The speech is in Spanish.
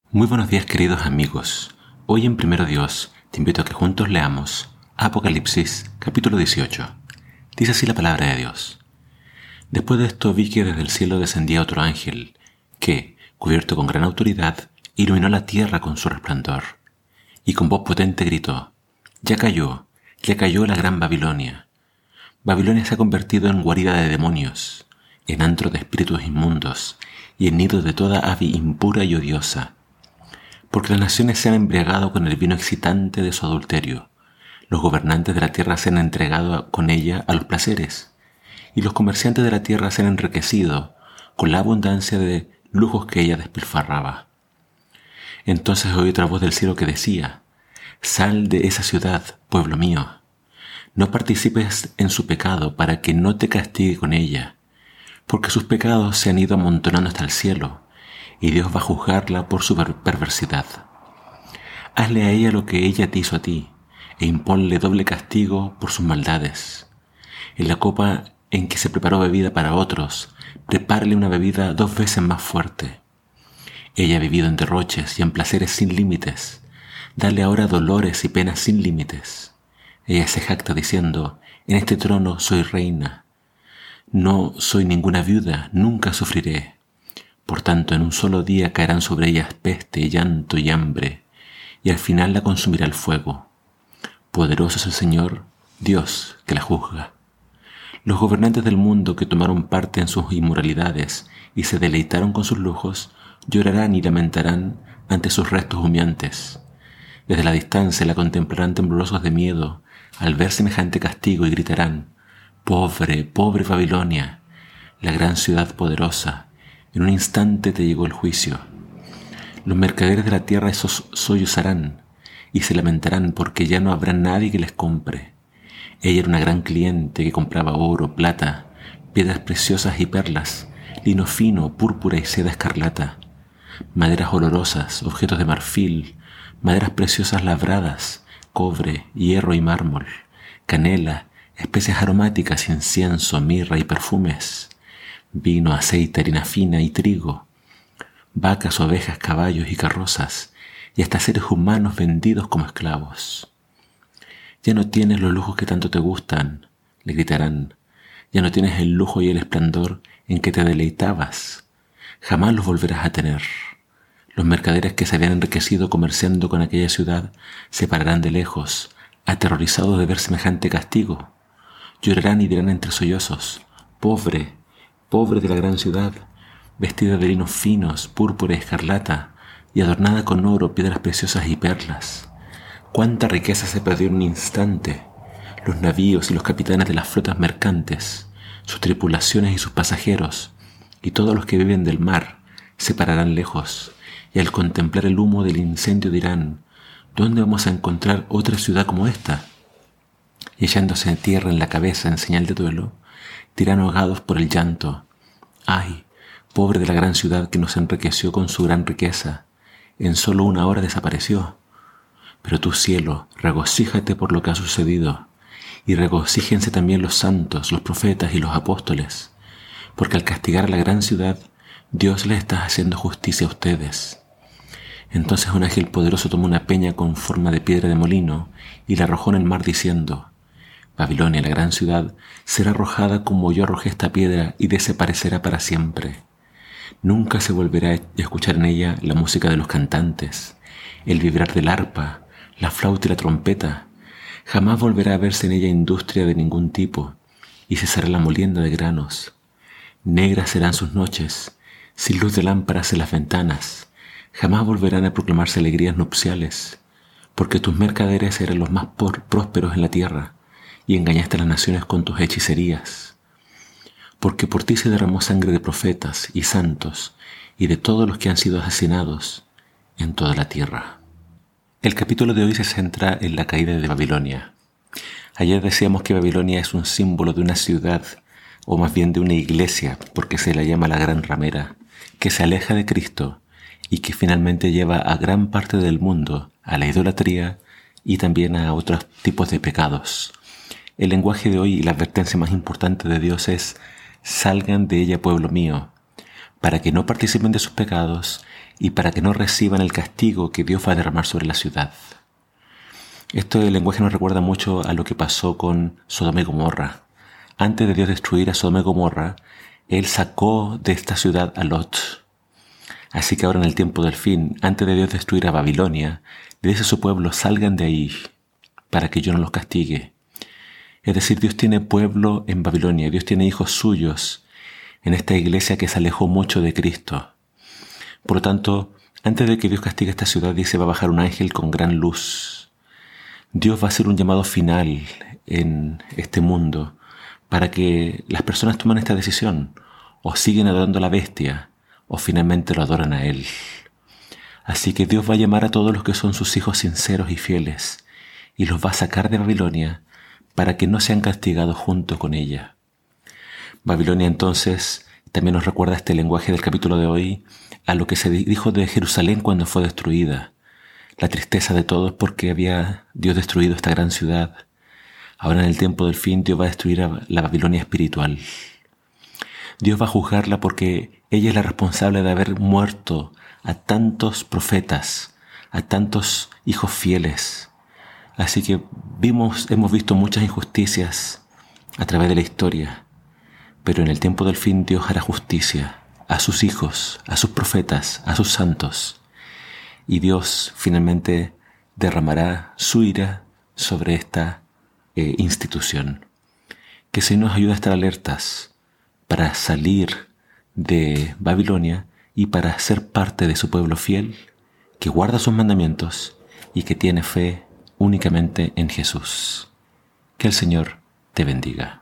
Muy buenos días, queridos amigos. Hoy en Primero Dios te invito a que juntos leamos Apocalipsis capítulo 18. Dice así la palabra de Dios. Después de esto vi que desde el cielo descendía otro ángel que, cubierto con gran autoridad, iluminó la tierra con su resplandor. Y con voz potente gritó: ya cayó la gran Babilonia. Babilonia se ha convertido en guarida de demonios, en antro de espíritus inmundos y en nido de toda ave impura y odiosa. Porque las naciones se han embriagado con el vino excitante de su adulterio, los gobernantes de la tierra se han entregado con ella a los placeres, y los comerciantes de la tierra se han enriquecido con la abundancia de lujos que ella despilfarraba. Entonces oí otra voz del cielo que decía: sal de esa ciudad, pueblo mío, no participes en su pecado para que no te castigue con ella, porque sus pecados se han ido amontonando hasta el cielo, y Dios va a juzgarla por su perversidad. Hazle a ella lo que ella te hizo a ti, e imponle doble castigo por sus maldades. En la copa en que se preparó bebida para otros, prepárale una bebida 2 veces más fuerte. Ella ha vivido en derroches y en placeres sin límites. Dale ahora dolores y penas sin límites. Ella se jacta diciendo: en este trono soy reina. No soy ninguna viuda, nunca sufriré. Por tanto, en un solo día caerán sobre ellas peste, llanto y hambre, y al final la consumirá el fuego. Poderoso es el Señor, Dios, que la juzga. Los gobernantes del mundo que tomaron parte en sus inmoralidades y se deleitaron con sus lujos, llorarán y lamentarán ante sus restos humeantes. Desde la distancia la contemplarán temblorosos de miedo al ver semejante castigo y gritarán: pobre, pobre Babilonia, la gran ciudad poderosa, en un instante te llegó el juicio. Los mercaderes de la tierra sollozarán y se lamentarán porque ya no habrá nadie que les compre. Ella era una gran cliente que compraba oro, plata, piedras preciosas y perlas, lino fino, púrpura y seda escarlata, maderas olorosas, objetos de marfil, maderas preciosas labradas, cobre, hierro y mármol, canela, especias aromáticas, incienso, mirra y perfumes, vino, aceite, harina fina y trigo, vacas, ovejas, caballos y carrozas, y hasta seres humanos vendidos como esclavos. Ya no tienes los lujos que tanto te gustan, le gritarán. Ya no tienes el lujo y el esplendor en que te deleitabas. Jamás los volverás a tener. Los mercaderes que se habían enriquecido comerciando con aquella ciudad se pararán de lejos, aterrorizados de ver semejante castigo. Llorarán y dirán entre sollozos: pobre, pobre de la gran ciudad, vestida de linos finos, púrpura y escarlata, y adornada con oro, piedras preciosas y perlas. Cuánta riqueza se perdió en un instante. Los navíos y los capitanes de las flotas mercantes, sus tripulaciones y sus pasajeros, y todos los que viven del mar, se pararán lejos, y al contemplar el humo del incendio dirán: ¿dónde vamos a encontrar otra ciudad como esta? Y echándose tierra en la cabeza en señal de duelo, dirán ahogados por el llanto: ¡ay, pobre de la gran ciudad que nos enriqueció con su gran riqueza! En solo 1 hora desapareció. Pero tú, cielo, regocíjate por lo que ha sucedido, y regocíjense también los santos, los profetas y los apóstoles, porque al castigar a la gran ciudad, Dios les está haciendo justicia a ustedes. Entonces un ángel poderoso tomó una peña con forma de piedra de molino y la arrojó en el mar diciendo: Babilonia, la gran ciudad, será arrojada como yo arrojé esta piedra y desaparecerá para siempre. Nunca se volverá a escuchar en ella la música de los cantantes, el vibrar del arpa, la flauta y la trompeta. Jamás volverá a verse en ella industria de ningún tipo, y cesará la molienda de granos. Negras serán sus noches, sin luz de lámparas en las ventanas. Jamás volverán a proclamarse alegrías nupciales, porque tus mercaderes eran los más prósperos en la tierra, y engañaste a las naciones con tus hechicerías. Porque por ti se derramó sangre de profetas y santos, y de todos los que han sido asesinados en toda la tierra. El capítulo de hoy se centra en la caída de Babilonia. Ayer decíamos que Babilonia es un símbolo de una ciudad, o más bien de una iglesia, porque se la llama la gran ramera, que se aleja de Cristo y que finalmente lleva a gran parte del mundo a la idolatría y también a otros tipos de pecados. El lenguaje de hoy y la advertencia más importante de Dios es: salgan de ella, pueblo mío, para que no participen de sus pecados y para que no reciban el castigo que Dios va a derramar sobre la ciudad. Este lenguaje nos recuerda mucho a lo que pasó con Sodoma y Gomorra. Antes de Dios destruir a Sodoma y Gomorra, Él sacó de esta ciudad a Lot. Así que ahora en el tiempo del fin, antes de Dios destruir a Babilonia, le dice a su pueblo, salgan de ahí para que yo no los castigue. Es decir, Dios tiene pueblo en Babilonia, Dios tiene hijos suyos en esta iglesia que se alejó mucho de Cristo. Por lo tanto, antes de que Dios castigue esta ciudad, dice, va a bajar un ángel con gran luz. Dios va a hacer un llamado final en este mundo para que las personas tomen esta decisión, o siguen adorando a la bestia, o finalmente lo adoran a Él. Así que Dios va a llamar a todos los que son sus hijos sinceros y fieles, y los va a sacar de Babilonia para que no sean castigados junto con ella. Babilonia entonces también nos recuerda este lenguaje del capítulo de hoy a lo que se dijo de Jerusalén cuando fue destruida. La tristeza de todos porque había Dios destruido esta gran ciudad. Ahora en el tiempo del fin Dios va a destruir a la Babilonia espiritual. Dios va a juzgarla porque ella es la responsable de haber muerto a tantos profetas, a tantos hijos fieles. Así que hemos visto muchas injusticias a través de la historia, pero en el tiempo del fin Dios hará justicia a sus hijos, a sus profetas, a sus santos. Y Dios finalmente derramará su ira sobre esta institución. Que el Señor nos ayude a estar alertas para salir de Babilonia y para ser parte de su pueblo fiel, que guarda sus mandamientos y que tiene fe únicamente en Jesús. Que el Señor te bendiga.